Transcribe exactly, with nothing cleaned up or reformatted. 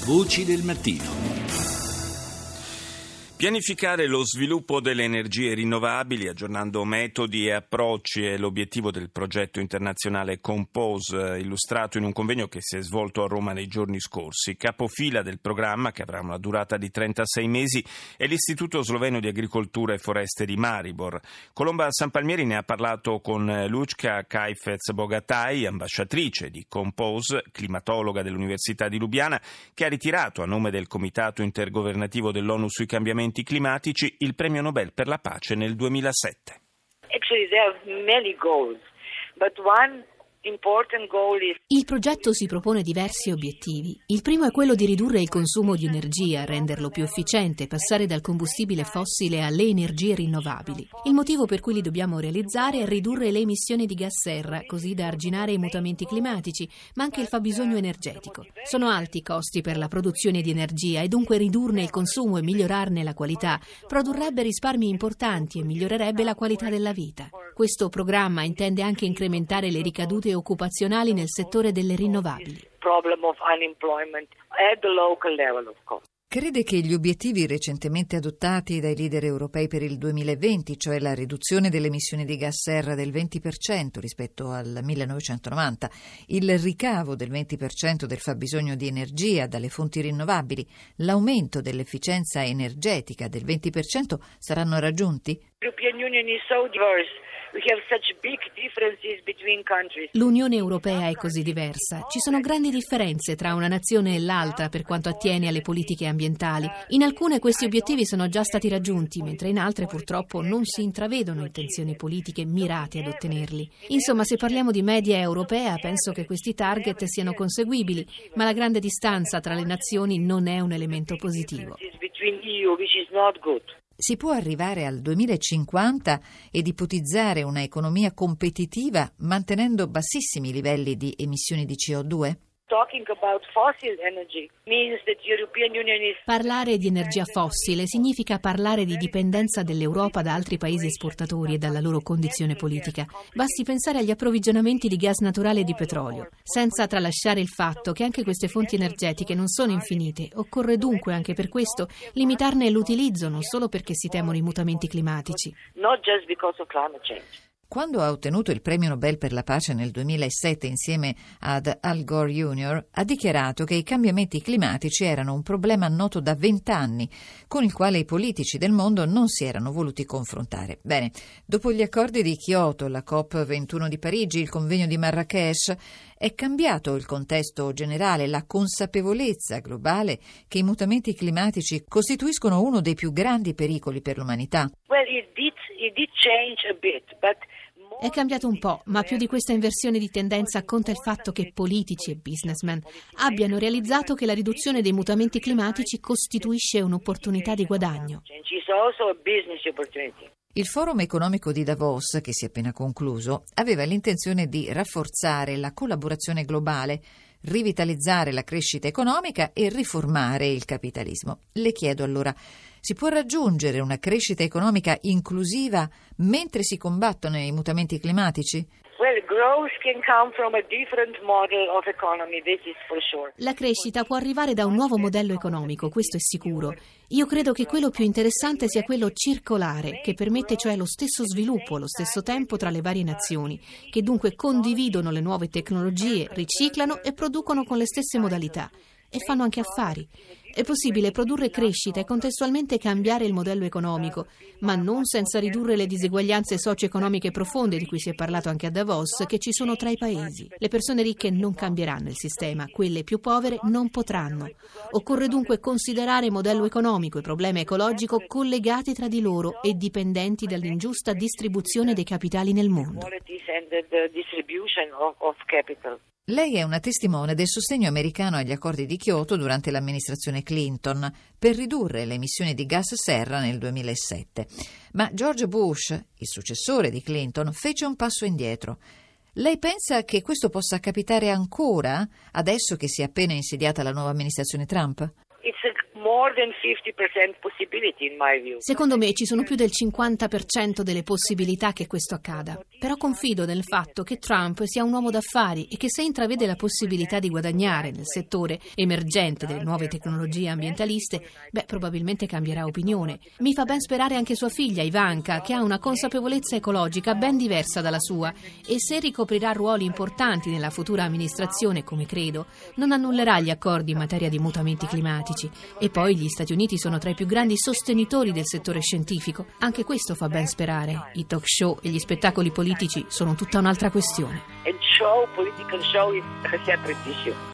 Voci del mattino. Pianificare lo sviluppo delle energie rinnovabili aggiornando metodi e approcci è l'obiettivo del progetto internazionale Compose, illustrato in un convegno che si è svolto a Roma nei giorni scorsi. Capofila del programma, che avrà una durata di trentasei mesi, è l'Istituto Sloveno di Agricoltura e Foreste di Maribor. Colomba Sanpalmieri ne ha parlato con Lučka Kajfec-Bogataj, ambasciatrice di Compose, climatologa dell'Università di Lubiana, che ha ritirato a nome del Comitato Intergovernativo dell'ONU sui cambiamenti climatici il premio Nobel per la pace nel duemilasette. Actually, there are many goals, but one important goal is... Il progetto si propone diversi obiettivi. Il primo è quello di ridurre il consumo di energia, renderlo più efficiente, passare dal combustibile fossile alle energie rinnovabili. Il motivo per cui li dobbiamo realizzare è ridurre le emissioni di gas serra, così da arginare i mutamenti climatici, ma anche il fabbisogno energetico. Sono alti i costi per la produzione di energia e dunque ridurne il consumo e migliorarne la qualità produrrebbe risparmi importanti e migliorerebbe la qualità della vita. Questo programma intende anche incrementare le ricadute occupazionali nel settore delle rinnovabili. Crede che gli obiettivi recentemente adottati dai leader europei per il duemilaventi, cioè la riduzione delle emissioni di gas serra del venti per cento rispetto al millenovecentonovanta, il ricavo del venti per cento del fabbisogno di energia dalle fonti rinnovabili, l'aumento dell'efficienza energetica del venti per cento saranno raggiunti? L'Unione Europea è così diversa. Ci sono grandi differenze tra una nazione e l'altra per quanto attiene alle politiche ambientali. In alcune questi obiettivi sono già stati raggiunti, mentre in altre purtroppo non si intravedono intenzioni politiche mirate ad ottenerli. Insomma, se parliamo di media europea, penso che questi target siano conseguibili, ma la grande distanza tra le nazioni non è un elemento positivo. Si può arrivare al duemilacinquanta ed ipotizzare una economia competitiva mantenendo bassissimi livelli di emissioni di C O due? Parlare di energia fossile significa parlare di dipendenza dell'Europa da altri paesi esportatori e dalla loro condizione politica. Basti pensare agli approvvigionamenti di gas naturale e di petrolio, senza tralasciare il fatto che anche queste fonti energetiche non sono infinite. Occorre dunque anche per questo limitarne l'utilizzo, non solo perché si temono i mutamenti climatici. Quando ha ottenuto il premio Nobel per la pace nel duemilasette insieme ad Al Gore junior, ha dichiarato che i cambiamenti climatici erano un problema noto da vent'anni, con il quale i politici del mondo non si erano voluti confrontare. Bene, dopo gli accordi di Kyoto, la COP ventuno di Parigi, il convegno di Marrakech, è cambiato il contesto generale, la consapevolezza globale che i mutamenti climatici costituiscono uno dei più grandi pericoli per l'umanità. Well, it did, it did change a bit, but È cambiato un po', ma più di questa inversione di tendenza conta il fatto che politici e businessmen abbiano realizzato che la riduzione dei mutamenti climatici costituisce un'opportunità di guadagno. Il Forum economico di Davos, che si è appena concluso, aveva l'intenzione di rafforzare la collaborazione globale, rivitalizzare la crescita economica e riformare il capitalismo. Le chiedo allora, si può raggiungere una crescita economica inclusiva mentre si combattono i mutamenti climatici? La crescita può arrivare da un nuovo modello economico, questo è sicuro. Io credo che quello più interessante sia quello circolare, che permette cioè lo stesso sviluppo allo stesso tempo tra le varie nazioni, che dunque condividono le nuove tecnologie, riciclano e producono con le stesse modalità. E fanno anche affari. È possibile produrre crescita e contestualmente cambiare il modello economico, ma non senza ridurre le diseguaglianze socio-economiche profonde di cui si è parlato anche a Davos, che ci sono tra i paesi. Le persone ricche non cambieranno il sistema, quelle più povere non potranno. Occorre dunque considerare il modello economico e il problema ecologico collegati tra di loro e dipendenti dall'ingiusta distribuzione dei capitali nel mondo. Lei è una testimone del sostegno americano agli accordi di Kyoto durante l'amministrazione Clinton per ridurre le emissioni di gas serra nel duemilasette. Ma George Bush, il successore di Clinton, fece un passo indietro. Lei pensa che questo possa capitare ancora, adesso che si è appena insediata la nuova amministrazione Trump? It's a more than fifty percent possibility in my view. Secondo me ci sono più del cinquanta per cento delle possibilità che questo accada. Però confido nel fatto che Trump sia un uomo d'affari e che se intravede la possibilità di guadagnare nel settore emergente delle nuove tecnologie ambientaliste, beh, probabilmente cambierà opinione. Mi fa ben sperare anche sua figlia Ivanka, che ha una consapevolezza ecologica ben diversa dalla sua e se ricoprirà ruoli importanti nella futura amministrazione, come credo, non annullerà gli accordi in materia di mutamenti climatici. E poi gli Stati Uniti sono tra i più grandi sostenitori del settore scientifico. Anche questo fa ben sperare. I talk show e gli spettacoli politici sono tutta un'altra questione. And show, political show is a separate issue.